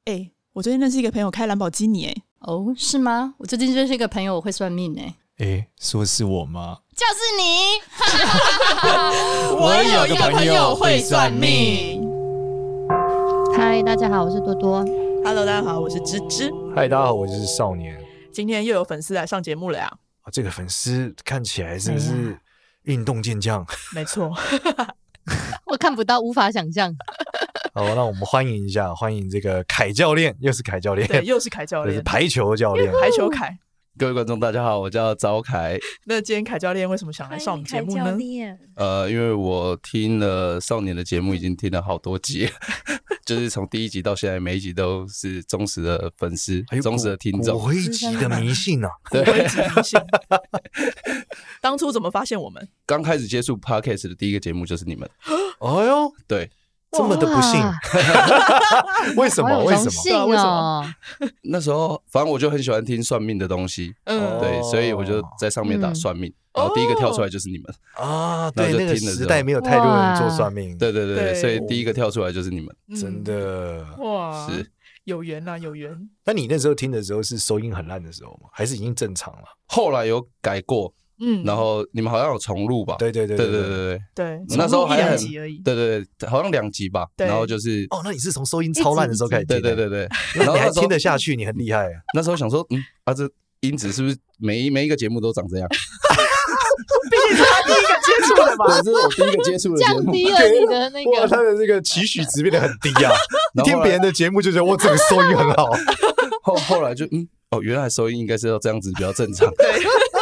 我最近认识一个朋友开兰博基尼哦，是吗？我最近认识一个朋友，我会算命说是我吗？ 就是你。 我有一个朋友会算命。 嗨，大家好，我是多多。 Hello， 大家好，我是芝芝。 嗨，大家好，我就是少年。 今天又有粉丝来上节目了呀！ 这个粉丝看起来真的是运动健将， 没错。 我看不到，无法想象。 好，那我们欢迎一下，欢迎这个凯教练，又是凯教练， 对，又是凯教练， 是排球教练， 排球凯。 各位观众大家好，我叫赵凯。 那今天凯教练为什么想来上我们节目呢？ 因为我听了少年的节目已经听了好多集，就是从第一集到现在每一集都是忠实的粉丝，忠实的听众。 骨灰级的迷信啊， 对，骨灰级迷信。当初怎么发现我们？ 刚开始接触 Podcast 的第一个节目就是你们。 哎呦， 对。 这么的不幸，为什么？为什么？ 为什么？ 那时候反正我就很喜欢听算命的东西，对，所以我就在上面打算命，然后第一个跳出来就是你们啊。对，那个时代没有太多人做算命， 对，所以第一个跳出来就是你们， 真的哇， 是有缘啊，有缘。 那你那时候听的时候是收音很烂的时候吗？还是已经正常了？ 后来有改过。然后你们好像有重录吧？ 对， 那时候还很 2集而已。 对，好像2集吧。然后就是那你是从收音超烂的时候开始听？ 对。 然后你还听得下去，你很厉害。 那时候想说，这音质是不是每一个节目都长这样？ 毕竟是他第一个接触的嘛。 对，这是我第一个接触的节目。 降低了你的那个， 他的那个期许值变得很低啊！听别人的节目就觉得这个收音很好。 后来就原来收音应该是要这样子比较正常。 对。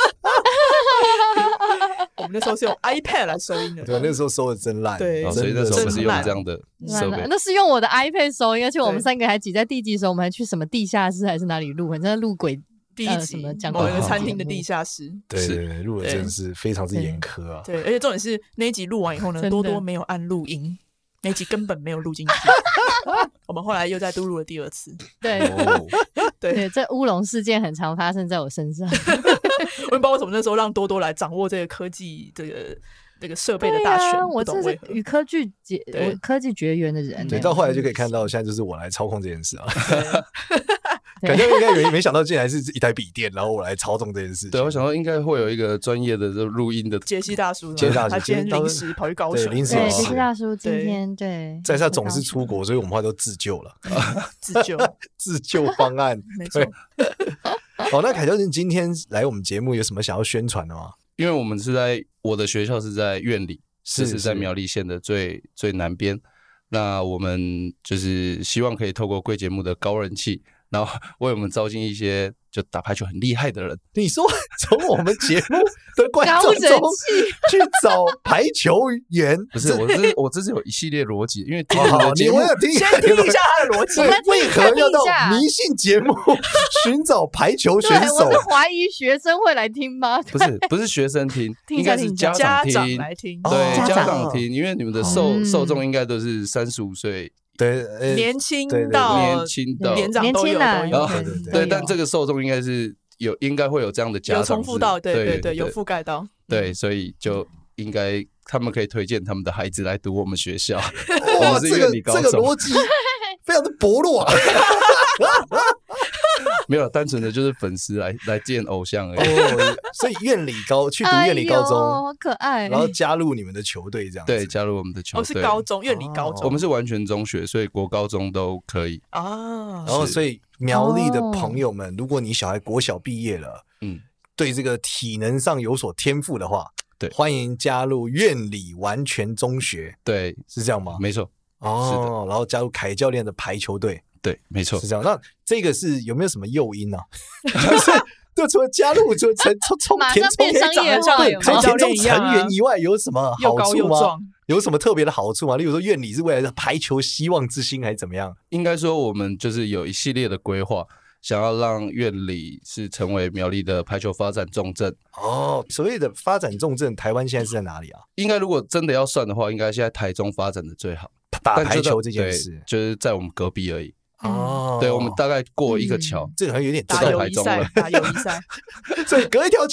我们那时候是用 iPad 来收音的， 对，那时候收的真烂， 对， 所以那时候我们是用这样的设备， 那是用我的 iPad 收音，而且我们3个还挤在第一集的时候，我们还去什么地下室还是哪里录，很像录鬼第一集某一个餐厅的地下室， 对，录的真的是非常之严苛啊， 对，而且重点是那一集录完以后呢，多多没有按录音，那一集根本没有录进去，我们后来又再录了第2次， 对，这乌龙事件很常发生在我身上。 我也不知道为什么那时候让多多来掌握这个科技这个设备的大权， 我这是与科技绝缘的人。 对，到后来就可以看到，现在就是我来操控这件事啊。感觉应该没想到，竟然是一台笔电，然后我来操纵这件事情。 对，我想说应该会有一个专业的录音的杰西大叔， 他今天临时跑去高雄， 临时杰西大叔今天对， 在他总是出国，所以我们后来都自救了，自救方案， 没错。 好，那凯教练今天来我们节目有什么想要宣传的吗？ 因为我们我的学校是在苑里，是在苗栗县的最南边。那我们就是希望可以透过贵节目的高人气，然后为我们招进一些就打排球很厉害的人。 你说从我们节目的观众中去找排球员？ 不是，我这是有一系列逻辑，因为听我有听先听一下他的逻辑， 为何要到迷信节目寻找排球选手？ 我是怀疑学生会来听吗？ 不是学生听，应该是家长来听， 对，家长听，因为你们的受众应该都是35岁。 对， 年轻到年长都有， 对，但这个受众应该是应该会有这样的家长， 有重复到，对，有覆盖到， 对，所以就应该他们可以推荐他们的孩子来读我们学校。 哇，这个逻辑非常的薄弱啊！ 没有，单纯的就是粉丝来见偶像而已。 所以去读苑里高中， 好可爱。 然后加入你们的球队这样子。 对，加入我们的球队。 是高中，苑里高中。 我们是完全中学，所以国高中都可以啊。 然后，所以苗栗的朋友们，如果你小孩国小毕业了，对这个体能上有所天赋的话， 对， 欢迎加入苑里完全中学。 对， 是这样吗？ 没错。是的。 然后加入凯教练的排球队。 对，没错， 是这样。那这个是有没有什么诱因呢？就除了加入，就从田中成员以外，有什么好处吗？有什么特别的好处吗？例如说，苑里是未来的排球希望之星，还是怎么样？ 应该说，我们就是有一系列的规划，想要让苑里是成为苗栗的排球发展重镇。 所谓的发展重镇，台湾现在是在哪里啊？ 应该如果真的要算的话，应该现在台中发展的最好。 打排球这件事， 就是在我们隔壁而已。对，我们大概过一个桥， 这个好像有点打友谊赛， 所以隔一条桥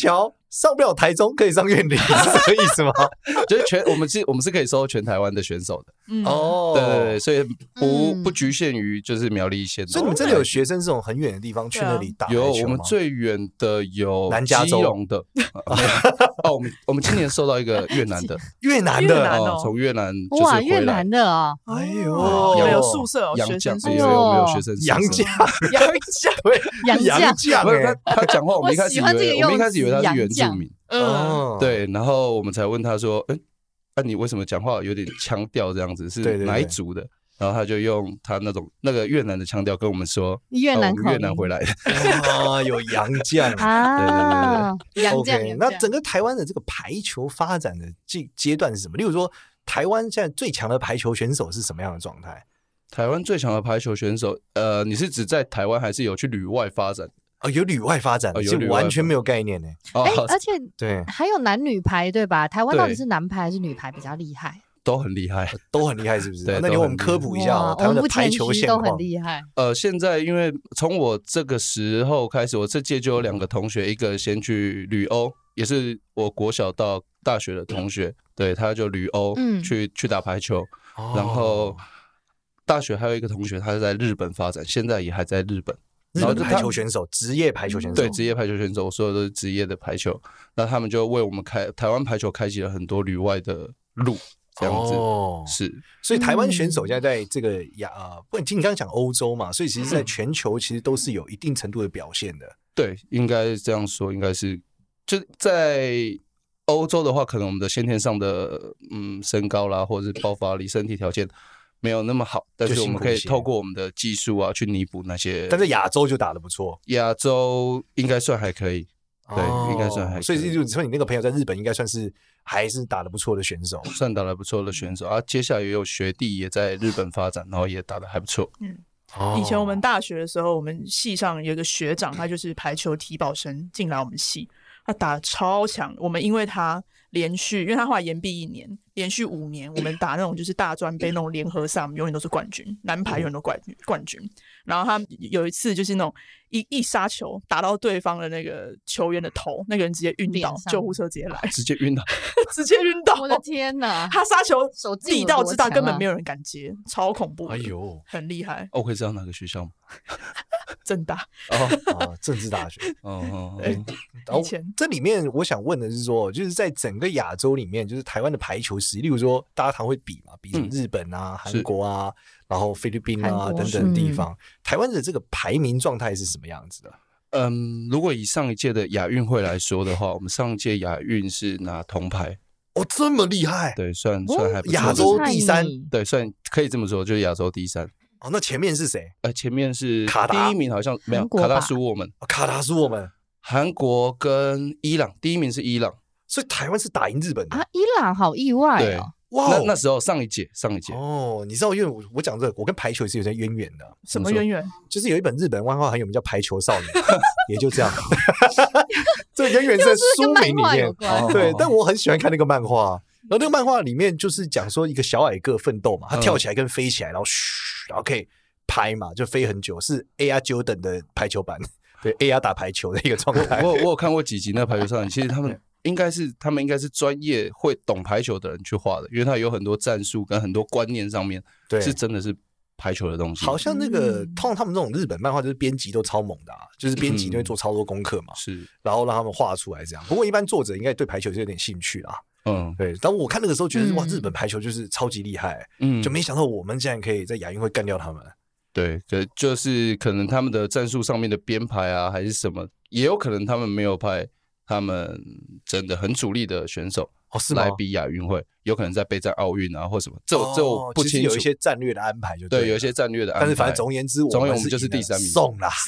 上不了台中可以上院里，是这个意思吗？ 就是我们是可以收全台湾的选手的。 哦， 对，所以不局限于就是苗栗县。 所以你们真的有学生这种很远的地方去那里打排球吗？ 有，我们最远的有南加州基隆的。我们今年收到一个越南的， 越南的从越南哇，越南的啊， 哎呦， 有宿舍洋将， 学生有学生洋将， 对， 洋将， 他讲话我们一开始以为他是原住民，对，然后我们才问他说，你为什么讲话有点腔调这样子？是哪一族的？然后他就用他那个越南的腔调跟我们说，越南回来的有洋将啊， 对，洋将。那整个台湾的这个排球发展的阶段是什么？例如说，台湾现在最强的排球选手是什么样的状态？ 台湾最强的排球选手，你是指在台湾还是有去旅外发展？ 有旅外发展，就完全没有概念呢。 而且对， 还有男女排对吧？台湾到底是男排还是女排比较厉害？ 都很厉害， 都很厉害，是不是？ 对， 那你给我们科普一下台湾的排球现况。 都很厉害。 现在因为从我这个时候开始，我这届就有2个同学，一个先去旅欧，也是我国小到大学的同学，对，他就旅欧去打排球，然后大学还有一个同学，他是在日本发展，现在也还在日本。 日本排球选手，职业排球选手， 对，职业排球选手，我说的都是职业的排球。那他们就为我们台湾排球开启了很多旅外的路，这样子。是。 所以台湾选手现在在这个不，你刚刚讲欧洲嘛，所以其实在全球其实都是有一定程度的表现的。 对，应该这样说，应该是就在欧洲的话，可能我们的先天上的身高啦，或者是爆发力、身体条件没有那么好，但是我们可以透过我们的技术啊去弥补那些。 但是亚洲就打得不错， 亚洲应该算还可以，对，应该算还可以。 所以就是说你那个朋友在日本应该算是还是打得不错的选手， 算打得不错的选手啊。接下来也有学弟也在日本发展，然后也打得还不错。 以前我们大学的时候，我们系上有一个学长，他就是排球体保生进来我们系，他打得超强。我们因为他连续，因为他后来延毕1年，连续5年，我们打那种就是大专杯那种联合赛，我们永远都是冠军，男排永远都冠军。然后他有一次就是那种一杀球打到对方的那个球员的头，那个人直接晕倒，救护车直接来， 直接晕倒， 直接晕倒！ 我的天哪！ 他杀球力道之大，根本没有人敢接，超恐怖！ 哎呦， 很厉害！ 我可以知道哪个学校吗？ 政大政治大学。 以前这里面我想问的是说，就是在整个亚洲里面，就是台湾的排球实力，例如说大家常会比嘛，比日本啊、韩国啊，然后菲律宾啊等等地方，台湾的这个排名状态是什么样子的？ 如果以上一届的亚运会来说的话，我们上一届亚运是拿铜牌。 这么厉害？ 对，算还不错。 亚洲第3， 对，算可以这么说，就是亚洲第3。 那前面是谁？ 前面是卡达， 第1名好像没有，卡达输我们。 卡达输我们。 韩国跟伊朗，第1名是伊朗， 所以台湾是打赢日本的啊！伊朗好意外哦。 哇， 那时候上一届你知道，因为我讲这个，我跟排球也是有些渊源的。 什么渊源？ 就是有一本日本漫画很有名，叫《排球少年》，也就这样。这个渊源在书名里面，对。但我很喜欢看那个漫画，然后那个漫画里面就是讲说一个小矮个奋斗嘛，他跳起来跟飞起来，然后可以拍嘛，就飞很久，是 AR Jordan 的排球版，对 AR 打排球的一个状态。 我有看过几集那个排球少年，其实他们应该是专业会懂排球的人去画的，因为他有很多战术跟很多观念上面是真的是排球的东西。 好像那个通常他们这种日本漫画就是编辑都超猛的就是编辑就会做超多功课嘛， 是， 然后让他们画出来这样。不过一般作者应该对排球是有点兴趣啦。对。但我看那个时候觉得哇，日本排球就是超级厉害，就没想到我们竟然可以在亚运会干掉他们。 对，就是可能他们的战术上面的编排啊，还是什么，也有可能他们没有派他们真的很主力的选手来比亚运会，有可能在备战奥运啊或什么，这我不清楚。 有一些战略的安排就对， 有一些战略的安排。 但是反正总而言之， 我们就是第3名， 送啦。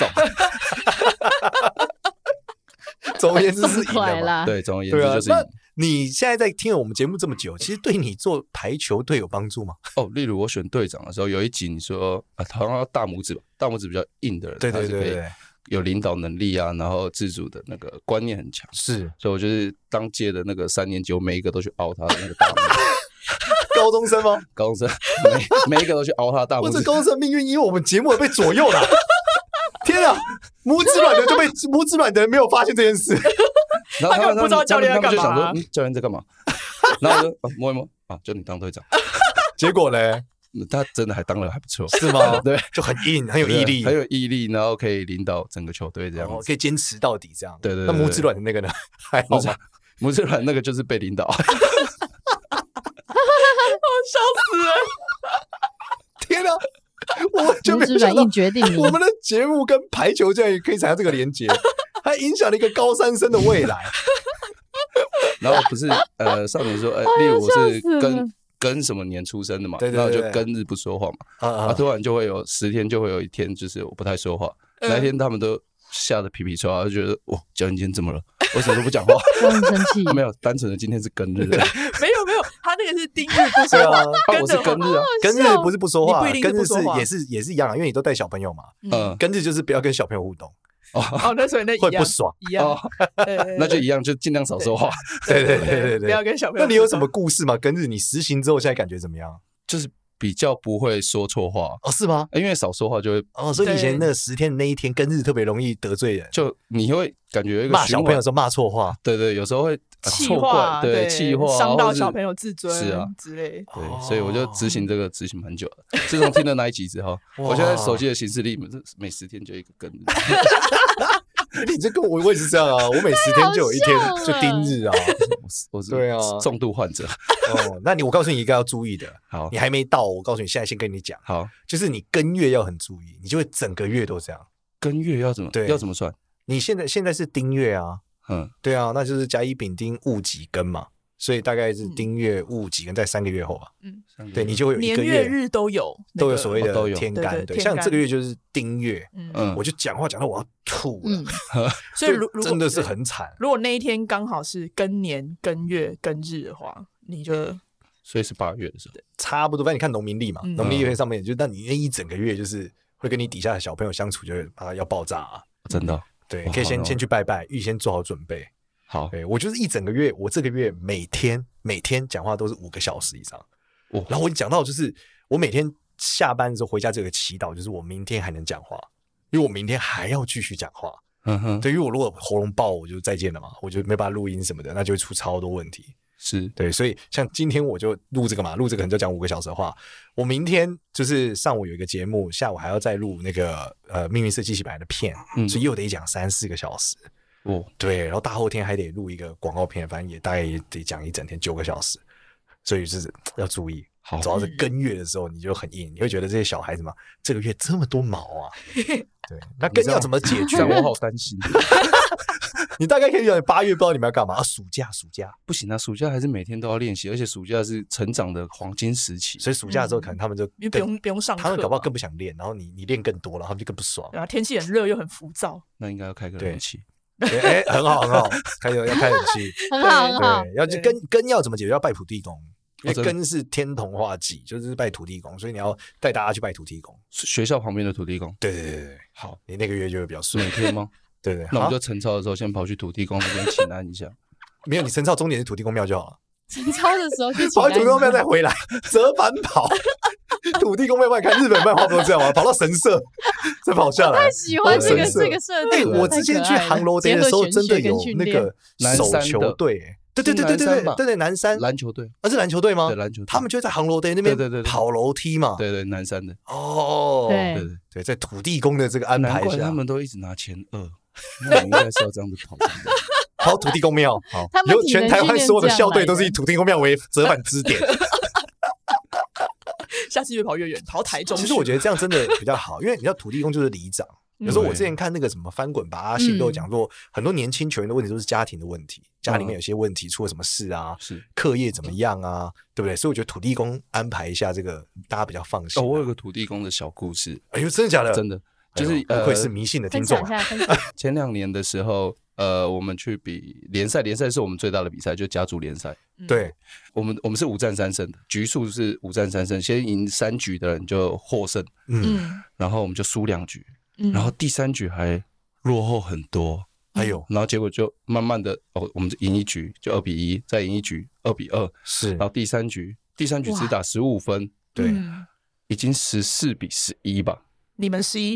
总而言之是赢了嘛？ 对，总而言之就是赢。 那你现在在听了我们节目这么久，其实对你做排球队有帮助吗？ 例如我选队长的时候，有一集你说好像要大拇指吧，大拇指比较硬的人，对，有领导能力啊，然后自主的那个观念很强， 是， 所以我就是当届的那个3年级，我每一个都去凹他的那个大拇指。 高中生吗？ 高中生，每一个都去凹他大拇指。 或者高中生命运因为我们节目而被左右了。天啊，拇指软的就被拇指软的人没有发现这件事。 然后他根本不知道教练在干嘛， 他们就想说教练在干嘛？然后我就摸一摸啊，就你当队长。 结果嘞， 他真的还当了还不错， 是吗？ 对， 就很硬，很有毅力， 很有毅力，然后可以领导整个球队这样子， 可以坚持到底这样。 对。 那拇指卵的那个呢？还好吗？ 拇指卵那个就是被领导。 我笑死了！ 天啊！我就没有想到我们的节目跟排球这样可以产生这个连结，还影响了一个高三生的未来。 然后不是少年说，例如我是跟什么年出生的嘛，然后就跟日不说话嘛，突然就会有10天就会有一天就是我不太说话，那一天他们都吓得皮皮抽，就觉得哇，教练今天怎么了？为什么都不讲话？ 很生气。 没有，单纯的今天是跟日。 没有，他那个是丁日不说话， 我是跟日啊， 跟日不是不说话，跟日也是一样啊，因为你都带小朋友嘛。跟日就是不要跟小朋友互动。 那所以那会不爽， 一样， 那就一样，就尽量少说话。 对， 不要跟小朋友。 那你有什么故事吗？跟日你实行之后，现在感觉怎么样？ 就是比较不会说错话是吗？ 因为少说话就会所以以前那个10天的那一天跟日特别容易得罪人， 就你会感觉有一个骂小朋友的时候骂错话， 对，有时候会气话， 对气话伤到小朋友自尊， 是啊之类。 对，所以我就执行蛮久了。自从听了那一集之后，我现在手机的行事历每10天就一个跟日。 你这跟我也是这样啊，我每10天就有一天就盯日啊， 我是对啊， 重度患者。 那我告诉你一个要注意的， 好， 你还没到，我告诉你，现在先跟你讲， 好， 就是你跟月要很注意，你就会整个月都这样。 跟月要怎么算？你现在是丁月啊，对啊，那就是甲乙丙丁戊己庚嘛。所以大概是丁月戊己庚在3个月后吧，对，你就会有一个月年月日都有所谓的天干，对，像这个月就是丁月，我就讲话讲到我要吐了， 所以真的是很惨。 如果那一天刚好是庚年、庚月、庚日的话，你就所以是8月的时候， 差不多。反正你看农民历嘛，农民历上面就那你那一整个月就是会跟你底下的小朋友相处，就会要爆炸啊， 真的。 对，可以先去拜拜，预先做好准备。 好， 对，我就是一整个月，我这个月每天讲话都是5个小时以上。然后我讲到就是我每天下班的时候回家就有个祈祷，就是我明天还能讲话，因为我明天还要继续讲话。对，因为我如果喉咙爆，我就再见了嘛，我就没办法录音什么的，那就会出超多问题。 是对，所以像今天我就录这个嘛，录这个可能就讲5个小时的话。我明天就是上午有一个节目，下午还要再录那个命运设计系本来的片，所以又得讲3-4个小时。对，然后大后天还得录一个广告片，反正也大概也得讲一整天9个小时，所以就是要注意。走到这庚月的时候，你就很硬，你会觉得这些小孩子嘛，这个月这么多毛啊。对，那庚要怎么解决？ 我好担心。 你大概可以讲8月不知道你们要干嘛？暑假不行啊，暑假还是每天都要练习，而且暑假是成长的黄金时期， 所以暑假的时候可能他们就不用上课， 他们搞不好更不想练，然后你练更多了，他们就更不爽。 对啊，天气很热又很浮躁， 那应该要开个冷气。 很好，要开冷气， 很好。 对，要庚要怎么解决？要拜土地公，因为庚是天同化忌，就是拜土地公，所以你要带大家去拜土地公。 学校旁边的土地公。 对，好，你那个月就会比较顺。 每天吗？ 对， 那我们就晨操的时候先跑去土地公那边请安一下。 没有，你晨操终点是土地公庙就好了。 晨操的时候去跑去土地公庙再回来，折返跑。土地公庙看日本漫画都这样啊，跑到神社再跑下来。 我太喜欢这个设定了。 我之前去杭州的时候，真的有那个手球队，对，南山篮球队， 是篮球队吗？ 对，篮球队， 他们就在杭州队那边跑楼梯嘛。 对，南山的。 对，在土地公的这个安排下， 他们都一直拿前2，那应该是要这样子跑土地公庙。好，以后全台湾所有的校队都是以土地公庙为折返支点。 下次越跑越远，跑台中。 其实我觉得这样真的比较好，因为你知道土地公就是里长。有时候我之前看那个什么翻滚吧阿信都有讲说，很多年轻球员的问题都是家庭的问题，家里面有些问题，出了什么事啊，课业怎么样啊，对不对？所以我觉得土地公安排一下这个，大家比较放心。 我有个土地公的小故事。 哎呦，真的假的？ 真的，就是不愧是迷信的听众。 前2年的时候，我们去比联赛是我们最大的比赛，就家族联赛。 对， 我们是5战3胜的，局数是5战3胜，先赢3局的人就获胜。然后我们就输2局，然后第3局还落后很多。然后结果就慢慢的我们赢1局就2-1，再赢1局2-2， 是。 然后第三局只打15分， 对， 已经14-11吧。 你们11？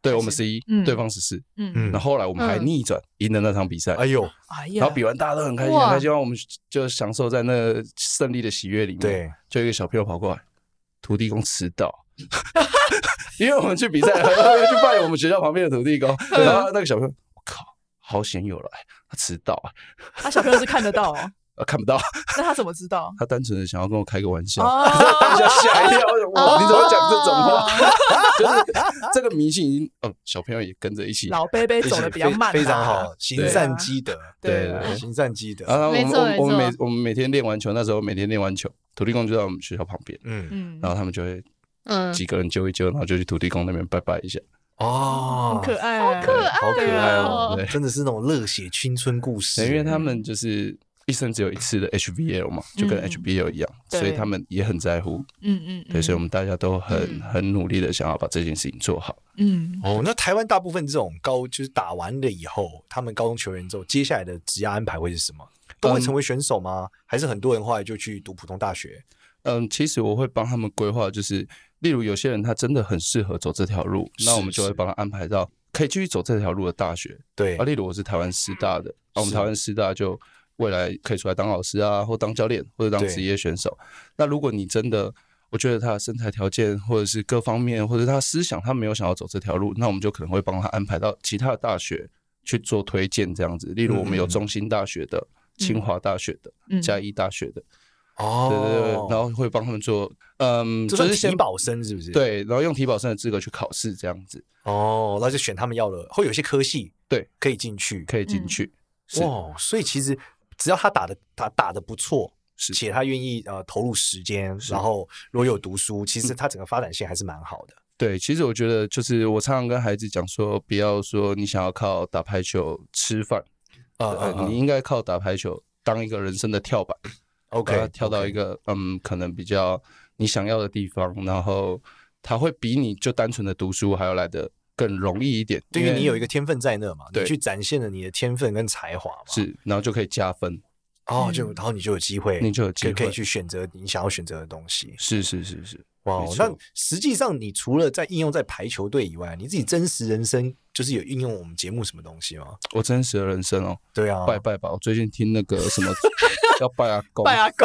对我们11，对方14，然后后来我们还逆转赢了那场比赛， 哎呦， 然后比完大家都很开心，很开心，然后我们就享受在那胜利的喜悦里面。 对， 就一个小朋友跑过来，土地公迟到，因为我们去比赛，要去拜我们学校旁边的土地公，然后那个小朋友，我靠，好险有来，他迟到啊， 他小朋友是看得到哦。 看不到， 那他怎么知道？ 他单纯的想要跟我开个玩笑，当下吓一跳，你怎么讲这种话？就是这个迷信已经，小朋友也跟着一起， 老贝贝走的比较慢， 非常好，行善积德， 对， 行善积德。 然后我们每天练完球，那时候每天练完球，土地公就在我们学校旁边，然后他们就会几个人揪一揪，然后就去土地公那边拜拜一下。 哦， 好可爱， 好可爱， 好可爱哦！真的是那种热血青春故事， 因为他们就是一生只有一次的 HBL 嘛，就跟 HBL 一样，所以他们也很在乎。对，所以我们大家都很努力的想要把这件事情做好。 那台湾大部分这种就是打完了以后，他们高中球员之后，接下来的职业安排会是什么？都会成为选手吗？还是很多人后来就去读普通大学？ 其实我会帮他们规划，就是例如有些人他真的很适合走这条路，那我们就会帮他安排到可以继续走这条路的大学。 对， 例如我是台湾师大的，我们台湾师大就未来可以出来当老师啊，或当教练，或者当职业选手。那如果你真的，我觉得他的身材条件，或者是各方面，或者他思想，他没有想要走这条路，那我们就可能会帮他安排到其他的大学去做推荐，这样子。例如我们有中兴大学的、清华大学的、嘉义大学的。对，然后会帮他们做， 就是体保生是不是？ 对，然后用体保生的资格去考试这样子。 然后就选他们要的，会有些科系对可以进去， 哇， 所以其实只要他打得不错，且他愿意投入时间，然后如果有读书，其实他整个发展性还是蛮好的。 对，其实我觉得就是我常常跟孩子讲说，不要说你想要靠打排球吃饭，你应该靠打排球当一个人生的跳板。OK， 跳到一个可能比较你想要的地方，然后他会比你就单纯的读书还要来得更容易一点， 因为你有一个天分在那嘛，你去展现了你的天分跟才华嘛， 是，然后就可以加分， 然后你就有机会，可以去选择你想要选择的东西， 是， 哇，那实际上你除了在应用在排球队以外，你自己真实人生就是有应用我们节目什么东西吗？ 我真实的人生哦， 对啊， 拜吧，我最近听那个什么要拜阿公， 拜阿公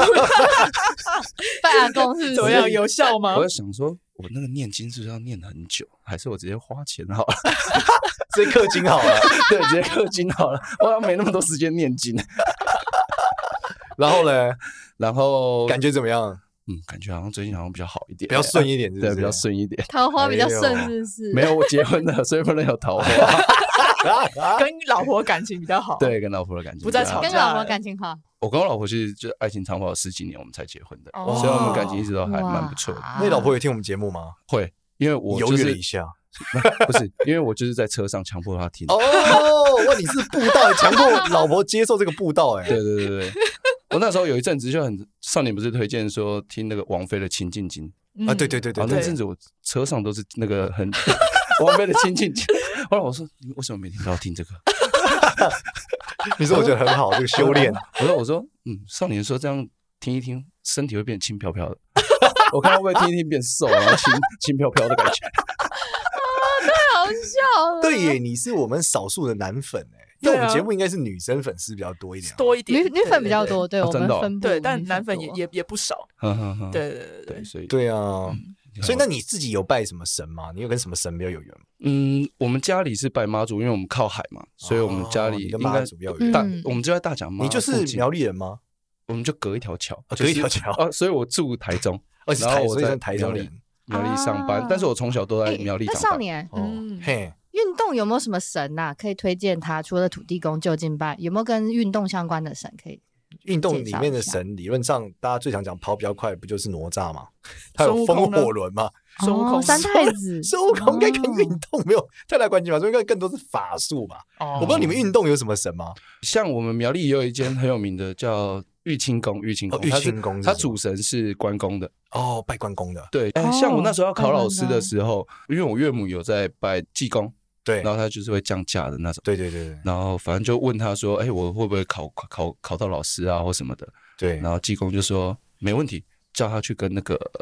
是怎么样？有效吗？ 我在想说，我那个念经是不是要念很久，还是我直接花钱好了？ 直接氪金好了， 对，直接氪金好了，我好像没那么多时间念经。 然后呢？ 然后感觉怎么样？ 感觉好像最近好像比较好一点， 比较顺一点是不是？ 对，比较顺一点， 桃花比较顺是不是？ 没有，我结婚了，所以不能有桃花。 跟老婆感情比较好， 对，跟老婆的感情不再吵架， 跟老婆感情好。 我跟我老婆其实就爱情长跑了10几年，我们才结婚的，所以我们感情一直都还蛮不错的。 那你老婆有听我们节目吗？ 会，因为我犹豫了一下， 不是，因为我就是在车上强迫她听。 哇，你是布道，强迫老婆接受这个布道， 对。我那时候有一阵子就很，少年不是推荐说听那个王菲的《清净经》 啊？对， 那阵子我车上都是那个很王菲的《清净经》。后来我说，你为什么每天都要听这个？ 你说我觉得很好，这个修炼。 我说，少年说这样听一听，身体会变轻飘飘的。我看会不会听一听变瘦，然后轻飘飘的感觉。 太好笑了。 对耶，你是我们少数的男粉因为我们节目应该是女生粉丝比较多一点， 女粉比较多，对，我们分对，但男粉也不少。对， 所以对啊。所以那你自己有拜什么神吗？你有跟什么神比较有缘吗？ 我们家里是拜妈祖，因为我们靠海嘛，所以我们家里跟妈祖比较有缘。 我们就在大甲妈。 你就是苗栗人吗？ 我们就隔一条桥， 隔一条桥所以我住台中，然后我在台中人苗栗上班，但是我从小都在苗栗长大。 那少年，运动有没有什么神啊？可以推荐他？除了土地公、就近拜，有没有跟运动相关的神可以？ 运动里面的神，理论上大家最常讲跑比较快，不就是哪吒吗？他有风火轮嘛？ 孙悟空、三太子， 孙悟空应该跟运动没有太大关系吧？所以应该更多是法术吧？我不知道你们运动有什么神吗？ 像我们苗栗也有一间很有名的叫玉清宫，他主神是关公的拜关公的。 对，像我那时候要考老师的时候，因为我岳母有在拜济公。 对， 然后他就是会降价的那种。 对。 然后反正就问他说：“我会不会考到老师啊，或什么的？”对。然后济公就说：“没问题，叫他去跟那个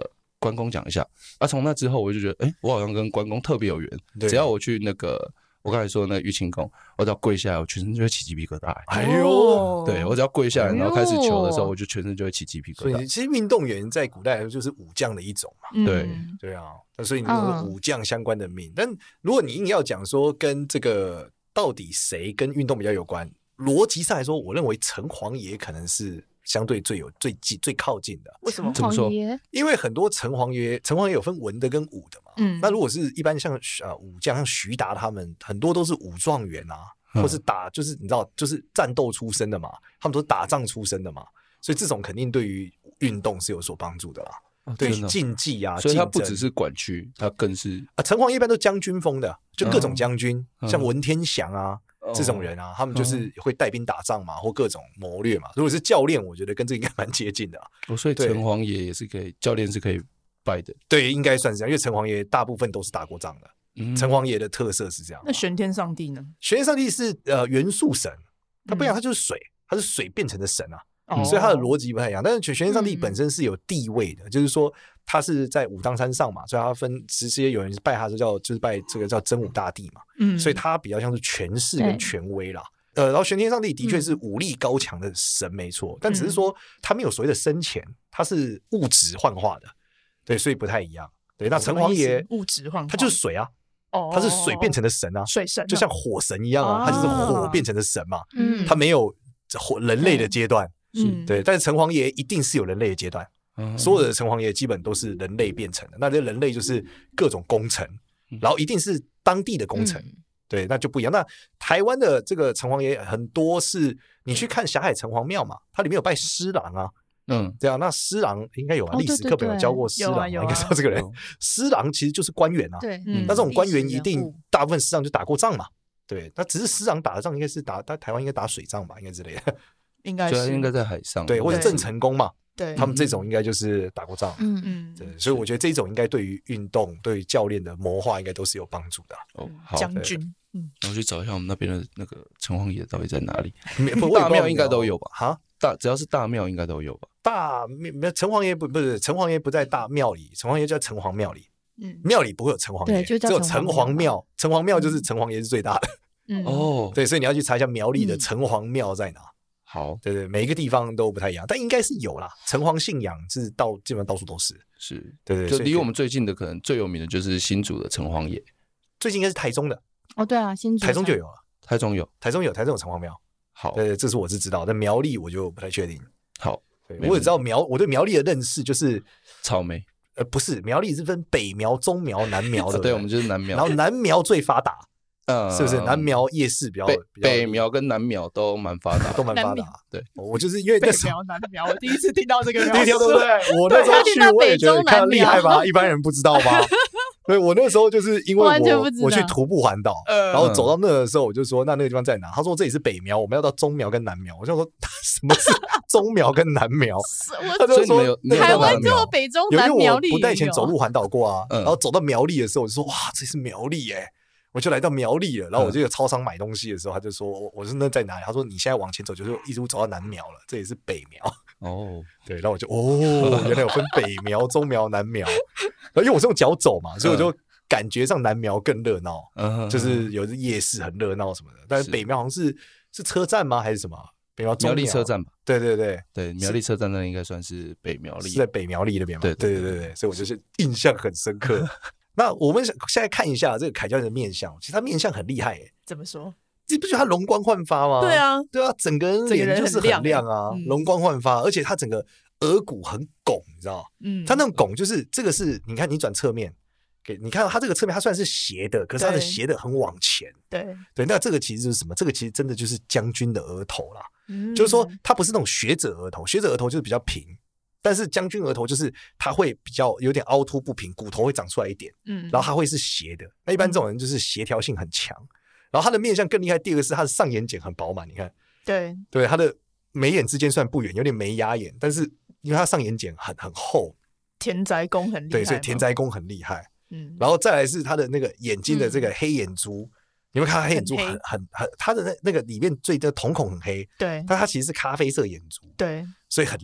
关公讲一下。从那之后我就觉得，我好像跟关公特别有缘。只要我去那个我刚才说的那个玉清宫，我只要跪下来，我全身就会起鸡皮疙瘩。 哎呦， 对，我只要跪下来，然后开始求的时候，我就全身就会起鸡皮疙瘩。 所以其实运动员在古代来说就是武将的一种嘛。对啊，所以你有武将相关的命。但如果你硬要讲说跟这个到底谁跟运动比较有关，逻辑上来说，我认为城隍爷可能是相对最靠近的。 为什么？ 怎么说？ 因为很多城隍爷有分文的跟武的嘛。那如果是一般像武将，像徐达他们，很多都是武状元啊，或是就是你知道，就是战斗出身的嘛，他们都是打仗出身的嘛，所以这种肯定对于运动是有所帮助的啦。对竞技啊， 所以他不只是管区，他更是城隍一般都将军风的，就各种将军，像文天祥啊。这种人啊，他们就是会带兵打仗嘛，或各种谋略嘛。如果是教练，我觉得跟这个应该蛮接近的。 所以城隍爷也是可以，教练是可以拜的。 对，应该算是这样，因为城隍爷大部分都是打过仗的。城隍爷的特色是这样。 那玄天上帝呢？ 玄天上帝是元素神，他不一样，他就是水，他是水变成的神啊。所以他的逻辑不太一样，但是玄天上帝本身是有地位的，就是说他是在武当山上嘛，所以他分直接有人拜他就是拜这个叫真武大帝嘛，所以他比较像是权势跟权威啦。然后玄天上帝的确是武力高强的神没错，但只是说他没有所谓的生前，他是物质幻化的，对，所以不太一样。对，那城隍爷物质幻化， 他就是水啊。他是水变成的神啊， 水神就像火神一样啊，他就是火变成的神嘛，他没有人类的阶段。对，但是城隍爷一定是有人类的阶段，所有的城隍爷基本都是人类变成的。那这人类就是各种工程，然后一定是当地的工程，对，那就不一样。那台湾的这个城隍爷很多是，你去看霞海城隍庙嘛，它里面有拜施琅啊，对啊，那施琅应该有啊，历史课本有教过施琅，应该知道这个人。施琅其实就是官员啊， 对， 那这种官员一定大部分施琅就打过仗嘛，对，那只是施琅打的仗应该是台湾应该打水仗吧，应该之类的。 应该在海上， 对，或者郑成功嘛， 对， 他们这种应该就是打过仗，对，所以我觉得这种应该对于运动、对于教练的谋划应该都是有帮助的。 好， 将军， 我去找一下我们那边的那个城隍爷到底在哪里？ 大庙应该都有吧？ 哈， 只要是大庙应该都有吧？ 大庙城隍爷不是城隍爷不在大庙里，城隍爷就在城隍庙里，庙里不会有城隍爷，只有城隍庙，城隍庙就是城隍爷是最大的。对，所以你要去查一下苗栗的城隍庙在哪。 好， 对，每一个地方都不太一样，但应该是有啦。城隍信仰是基本上到处都是，对， 就离我们最近的可能最有名的就是新竹的城隍爷， 最近应该是台中的。 对啊，新竹台中就有了， 台中有城隍庙。好，对，这是我是知道，但苗栗我就不太确定。 好， 我也知道我对苗栗的认识就是草莓， 不是，苗栗是分北苗、中苗、南苗的， 对，我们就是南苗， 然后南苗最发达。是不是南苗夜市比较北苗跟南苗都蛮发达，对， 我就是因为北苗南苗，我第一次听到这个， 第一条对不对？我那时候去我也觉得看厉害吧，一般人不知道吧？对，我那时时候就是因为我去徒步环岛，然后走到那的时候，我就说那个地方在哪？他说这里是北苗，我们要到中苗跟南苗。我就说什么是中苗跟南苗？他就说台湾只有北中南苗栗。 我不但以前走路环岛过啊，然后走到苗栗的时候，我就说哇，这是苗栗耶！我就来到苗栗了，然后我就有超商买东西的时候，他就说我说那在哪里？他说你现在往前走就是一直走到南苗了，这也是北苗。对，然后我就原来有分北苗、中苗、南苗。然后因为我是用脚走嘛，所以我就感觉上南苗更热闹，就是有夜市很热闹什么的。但是北苗好像是车站吗？还是什么？北苗苗栗车站吧。 对， 苗栗车站那应该算是北苗栗， 是在北苗栗那边嘛？ 对， 所以我就是印象很深刻。那我们现在看一下这个凯教练的面相，其实他面相很厉害耶。 怎么说？ 你不觉得他容光焕发吗？ 对啊， 整个人脸就是很亮啊，容光焕发，而且他整个额骨很拱，你知道他那种拱就是这个是，你看你转侧面，你看他这个侧面，他虽然是斜的，可是他的斜的很往前。对，那这个其实就是什么？这个其实真的就是将军的额头啦。就是说他不是那种学者额头，学者额头就是比较平。但是将军额头就是他会比较有点凹凸不平，骨头会长出来一点，然后他会是斜的。那一般这种人就是协调性很强，然后他的面相更厉害。第二个是他的上眼睑很饱满，你看，对，他的眉眼之间算不远，有点眉压眼，但是因为他上眼睑很厚， 田宅宫很厉害， 对，所以田宅宫很厉害。然后再来是他的那个眼睛的这个黑眼珠，你会看他黑眼珠很他的那个里面最的瞳孔很黑， 对， 但他其实是咖啡色眼珠， 对， 所以很亮。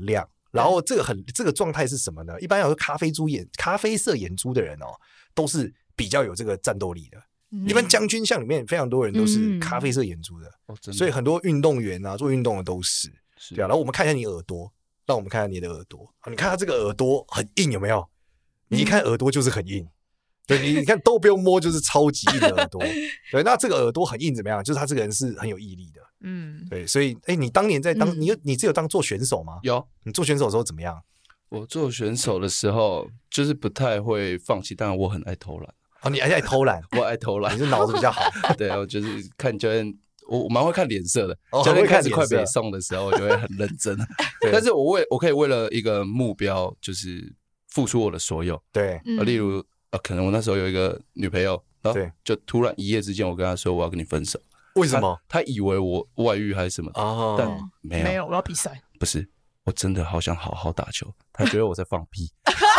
然后这个状态是什么呢？一般来说咖啡色眼珠的人哦，都是比较有这个战斗力的。一般将军像里面非常多人都是咖啡色眼珠的，所以很多运动员啊，做运动的都是对啊。然后我们看一下你耳朵，让我们看一下你的耳朵。你看他这个耳朵很硬，有没有？你一看耳朵就是很硬。对，你看都不用摸，就是超级硬的耳朵。对，那这个耳朵很硬怎么样？就是他这个人是很有毅力的。对，所以你当年在你只有做选手吗？ 有。 你做选手的时候怎么样？ 我做选手的时候就是不太会放弃，但我很爱偷懒。 你爱偷懒？ 我爱偷懒， 你是脑子比较好。 对，我就是看教练，我蛮会看脸色的。教练开始快北送的时候，我就会很认真。但是我可以为了一个目标，就是付出我的所有。 对， 例如可能我那时候有一一个女朋友，然后就突然一夜之间我跟她说我要跟你分手。 为什么？ 她以为我外遇还是什么？但没有， 我要比赛。 不是，我真的好想好好打球。她觉得我在放屁。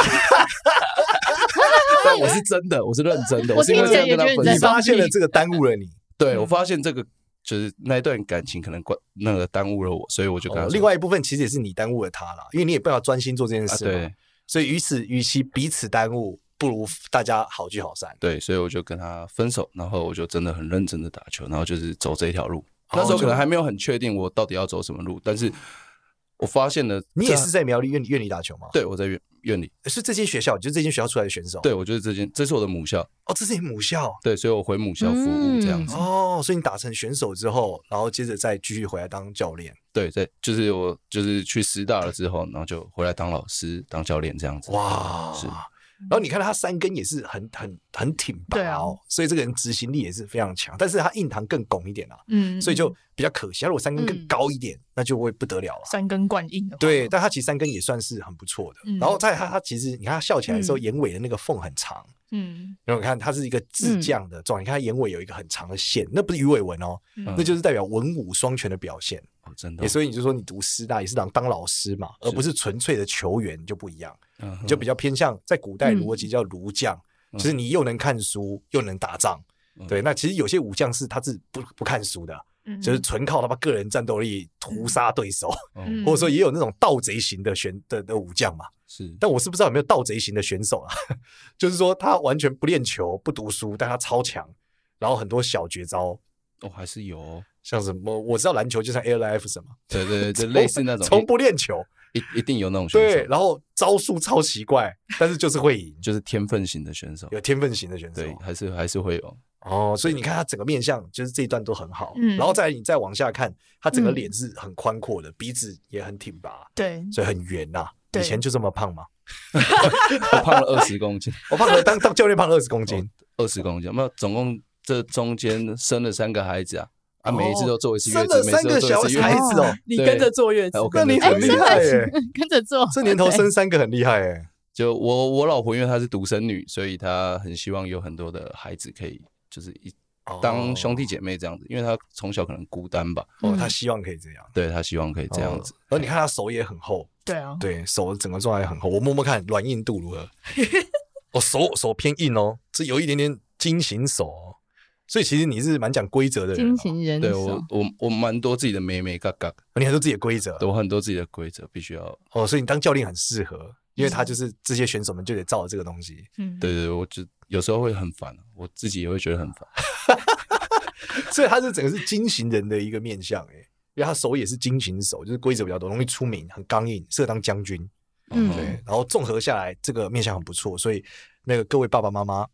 但我是真的，我是认真的。 我是因为这样跟他分手。 你发现了这个耽误了你。 对，我发现这个就是那一段感情可能耽误了我，所以我就跟他说。 另外一部分其实也是你耽误了他啦，因为你也不要专心做这件事嘛。 对。 所以与其彼此耽误，不如大家好聚好散。 对，所以我就跟他分手，然后我就真的很认真的打球，然后就是走这一条路。那时候可能还没有很确定我到底要走什么路，但是我发现了。 你也是在苗栗院里打球吗？ 对，我在院里。 是这间学校，就是这间学校出来的选手。 对，我就是这是我的母校。 这是你母校。 对，所以我回母校服务这样子。 所以你打成选手之后，然后接着再继续回来当教练。 对，就是我就是去师大了之后，然后就回来当老师、当教练这样子。 哇，是。然后你看他三根也是很挺拔哦，所以这个人执行力也是非常强，但是他印堂更拱一点啦，所以就比较可惜。如果三根更高一点，那就会不得了了。 三根贯硬的， 对，但他其实三根也算是很不错的。然后在他其实你看他笑起来的时候，眼尾的那个缝很长，然后你看他是一个自降的状态，你看他眼尾有一个很长的线，那不是鱼尾纹哦，那就是代表文武双全的表现。 真的。 所以你就说你读师大也是当老师嘛，而不是纯粹的球员就不一样。你就比较偏向在古代逻辑叫儒将，就是你又能看书又能打仗。对，那其实有些武将是他是不看书的，就是纯靠他们个人战斗力屠杀对手，或者说也有那种盗贼型的武将嘛。 是， 但我是不知道有没有盗贼型的选手啊，就是说他完全不练球不读书，但他超强，然后很多小绝招。 还是有哦， 像什么我知道篮球就像 Air Life 什么， 对，类似那种从不练球， 一定有那种选手。 对，然后招数超奇怪，但是就是会赢， 就是天分型的选手， 有天分型的选手， 对，还是会有。 所以你看他整个面相，就是这一段都很好，然后你再往下看，他整个脸是很宽阔的，鼻子也很挺拔， 对， 所以很圆呐。以前就这么胖吗？ 我胖了20公斤， 我胖了当教练胖了20公斤 ，20公斤，没有，总共这中间生了3个孩子啊，每一次都坐一次月子， 生了3个小孩子哦， 你跟着坐月子， 那你很厉害耶， 跟着坐， 这年头生3个很厉害耶。 就我老婆因为她是独生女，所以她很希望有很多的孩子可以就是当兄弟姐妹这样子，因为她从小可能孤单吧。 她希望可以这样， 对，她希望可以这样子。 然后你看她手也很厚， 对啊， 对手整个状态很厚，我摸摸看软硬度如何。手偏硬哦，这有一点点金型手哦。所以其实你是蛮讲规则的人， 金型人对我蛮多自己的妹妹嘎嘎， 你很多自己的规则， 对我很多自己的规则必须要所以你当教练很适合，因为他就是这些选手们就得照着这个东西。 对，我就有时候会很烦，我自己也会觉得很烦。 所以他是整个是金型人的一个面相因为他手也是金型手，就是规则比较多，容易出名，很刚硬，适合当将军。对，然后综合下来这个面相很不错，所以那个各位爸爸妈妈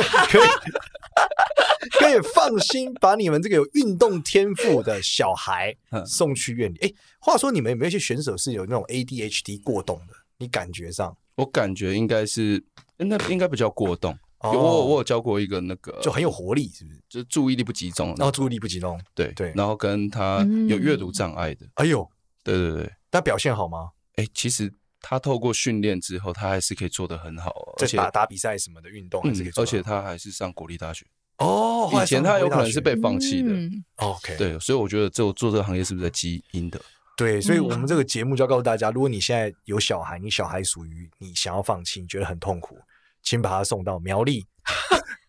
可以放心把你们这个有运动天赋的小孩送去院里。话说你们有没有一些选手是有那种 ADHD 过动的？你感觉上？ 我感觉应该是，那应该不叫过动。我有教过一个那个， 就很有活力，是不是？ 就是注意力不集中， 然后注意力不集中， 对，然后跟他有阅读障碍的。 哎呦， 对， 他表现好吗？ 其实他透过训练之后，他还是可以做得很好， 而且打比赛什么的运动还是可以做， 而且他还是上国立大学。 以前他有可能是被放弃的。 OK， 对，所以我觉得做这个行业是不是在基因的？ 对，所以我们这个节目就要告诉大家，如果你现在有小孩，你小孩属于你想要放弃，你觉得很痛苦，请把他送到苗栗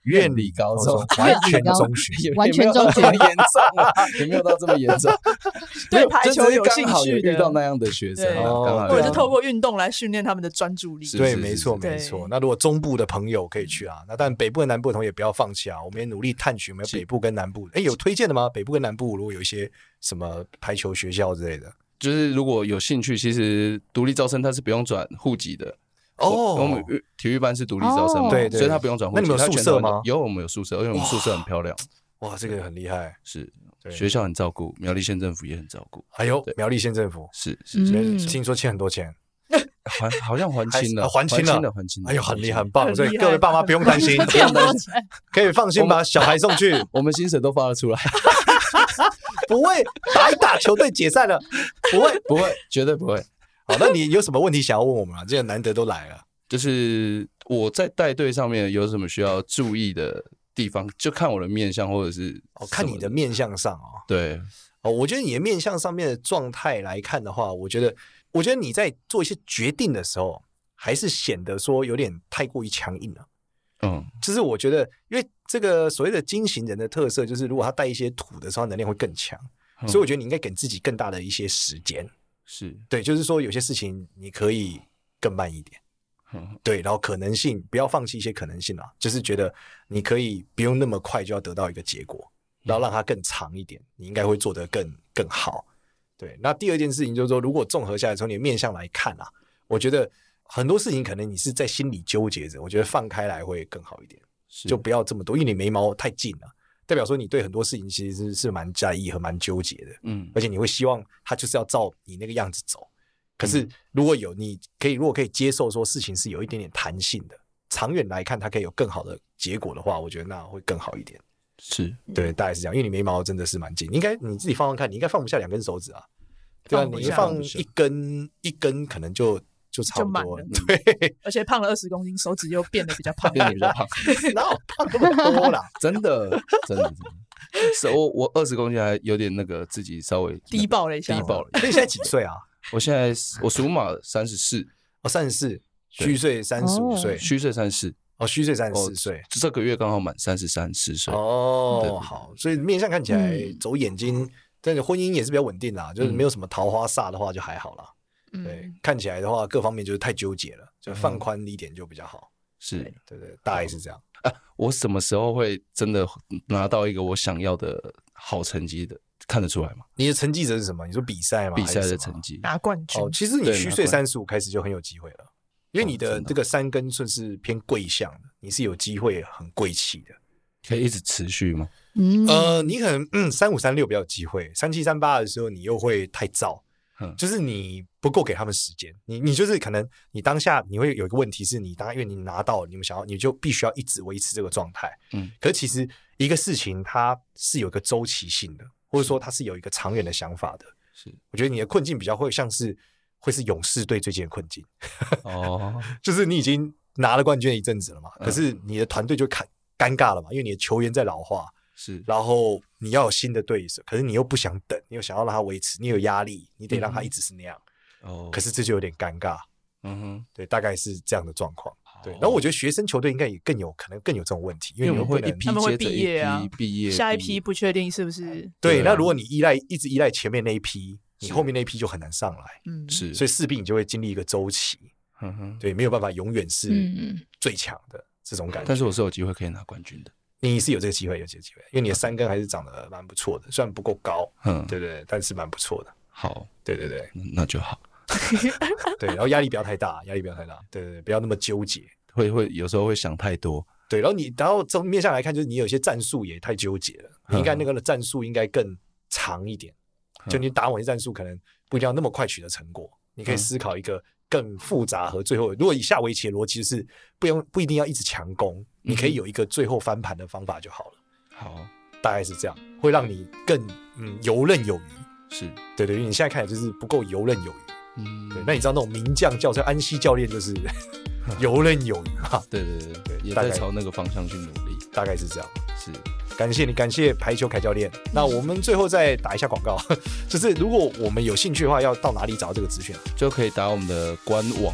苑里高中完全中学， 完全中学严重啊，也没有到这么严重。 对排球有兴刚好趣的， 遇到那样的学生啊， 或者是透过运动来训练他们的专注力。 对，没错没错。那如果中部的朋友可以去啊，那但北部跟南部的同学也不要放弃啊，我们也努力探寻有没有北部跟南部。有推荐的吗？北部跟南部如果有一些什么排球学校之类的， 就是如果有兴趣，其实独立招生它是不用转户籍的。我们体育班是独立招生嘛， 对， 所以他不用转户籍。 那你们有宿舍吗？ 有，我们有宿舍，因为我们宿舍很漂亮。 哇，这个很厉害， 是学校很照顾，苗栗县政府也很照顾。 哎呦，苗栗县政府是， 听说欠很多钱， 好像还清了， 还清了。哎呦，很厉害，很棒。所以各位爸妈不用担心，可以放心把小孩送去， 我们薪水都发得出来。 不会打一打球队解散了， 不会，绝对不会。 好，那你有什么问题想要问我们啊？既然难得都来了， 就是我在带队上面有什么需要注意的地方，就看我的面相，或者是看你的面相上啊。 对， 我觉得你的面相上面的状态来看的话，我觉得你在做一些决定的时候，还是显得说有点太过于强硬了。就是我觉得，因为这个所谓的金型人的特色，就是如果他带一些土的时候，能量会更强。所以我觉得你应该给自己更大的一些时间。是对，就是说有些事情你可以更慢一点，对，然后可能性不要放弃一些可能性啦，就是觉得你可以不用那么快就要得到一个结果，然后让它更长一点，你应该会做得更好。对，那第二件事情就是说，如果综合下来从你的面向来看啊，我觉得很多事情可能你是在心里纠结着，我觉得放开来会更好一点，就不要这么多，因为你眉毛太近了。代表说你对很多事情其实是蛮在意和蛮纠结的，而且你会希望他就是要照你那个样子走。可是如果可以接受说事情是有一点点弹性的，长远来看它可以有更好的结果的话，我觉得那会更好一点。是，对，大概是这样。因为你眉毛真的是蛮近，应该你自己放放看，你应该放不下2根手指啊，对吧？你放一根可能就差不多了，对， 而且胖了20公斤，手指又变得比较胖， 变得比较胖， 哪有胖那么多啦？ 真的，是我20公斤还有点那个自己稍微低爆了一下， 所以你现在几岁啊？ 我属马34， 哦，34，虚岁35岁， 虚岁34， 哦，虚岁34岁， 这个月刚好满33、4岁。 哦，好，所以面相看起来走眼睛，但是婚姻也是比较稳定啦，就是没有什么桃花煞的话就还好啦。对，看起来的话，各方面就是太纠结了，就放宽一点就比较好。是，对，大概是这样。 我什么时候会真的拿到一个我想要的好成绩的？看得出来吗？ 你的成绩是什么？你说比赛吗？ 比赛的成绩， 拿冠军。 其实你虚岁35开始就很有机会了，因为你的这个3根寸是偏贵相的，你是有机会很贵气的。 可以一直持续吗？ 你可能35、36比较有机会，37、38的时候你又会太躁。就是你不够给他们时间，你就是可能你当下你会有一个问题是你因为你拿到你们想要，你就必须要一直维持这个状态。可是其实一个事情它是有一个周期性的，或者说它是有一个长远的想法的。是，我觉得你的困境比较会像是会是勇士队最近的困境。就是你已经拿了冠军一阵子了嘛，可是你的团队就尴尬了嘛，因为你的球员在老化。是，然后你要有新的对手，可是你又不想等，你又想要让他维持，你有压力，你得让他一直是那样。可是这就有点尴尬。对，大概是这样的状况。对，然后我觉得学生球队应该也可能更有这种问题，因为你们会他们会毕业啊， 毕业下一批不确定是不是？ 对，那如果你一直依赖前面那一批，你后面那一批就很难上来。是，所以势必你就会经历一个周期。对，没有办法永远是最强的这种感觉。 但是我是有机会可以拿冠军的。 你是有这个机会，因为你的3根还是长得蛮不错的，虽然不够高，对对，但是蛮不错的。 好， 对对对， 那就好。 对，然后压力不要太大，对对，不要那么纠结， 会有时候会想太多。 对，然后从面上来看，就是你有些战术也太纠结了，你应该那个战术应该更长一点，就你打某些战术可能不一定要那么快取得成果，你可以思考一个更复杂和最后，如果以下围棋的逻辑是不一定要一直强攻，你可以有一个最后翻盘的方法就好了。好，大概是这样，会让你更游刃有余。是，对对，因为你现在看起来就是不够游刃有余。对，那你知道那种名将教练安西教练就是游刃有余嘛？ 对，也在朝那个方向去努力， 大概是这样。是，感谢排球凯教练。那我们最后再打一下广告，就是如果我们有兴趣的话，要到哪里找到这个资讯啊？ 就可以打我们的官网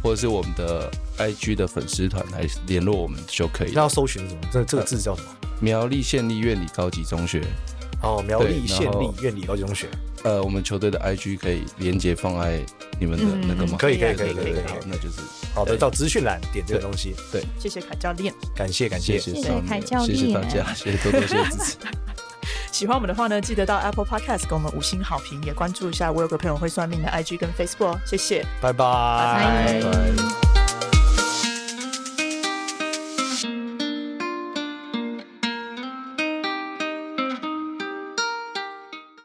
或者是我们的 IG 的粉丝团来联络我们就可以了。 那要搜寻什么？这个字叫什么？ 苗栗县立院里高级中学。 苗栗县立院里高级中学。 我们球队的 IG 可以连接放在你们的那个吗？ 可以。 好，那就是好的，到资讯栏点这个东西。对， 谢谢凯教练， 感谢凯教练， 谢谢大家，谢谢多谢支持。 喜欢我们的话呢，记得到 Apple Podcast 给我们5星好评，也关注一下我有个朋友会算命的 IG 跟 Facebook。谢谢， 拜拜。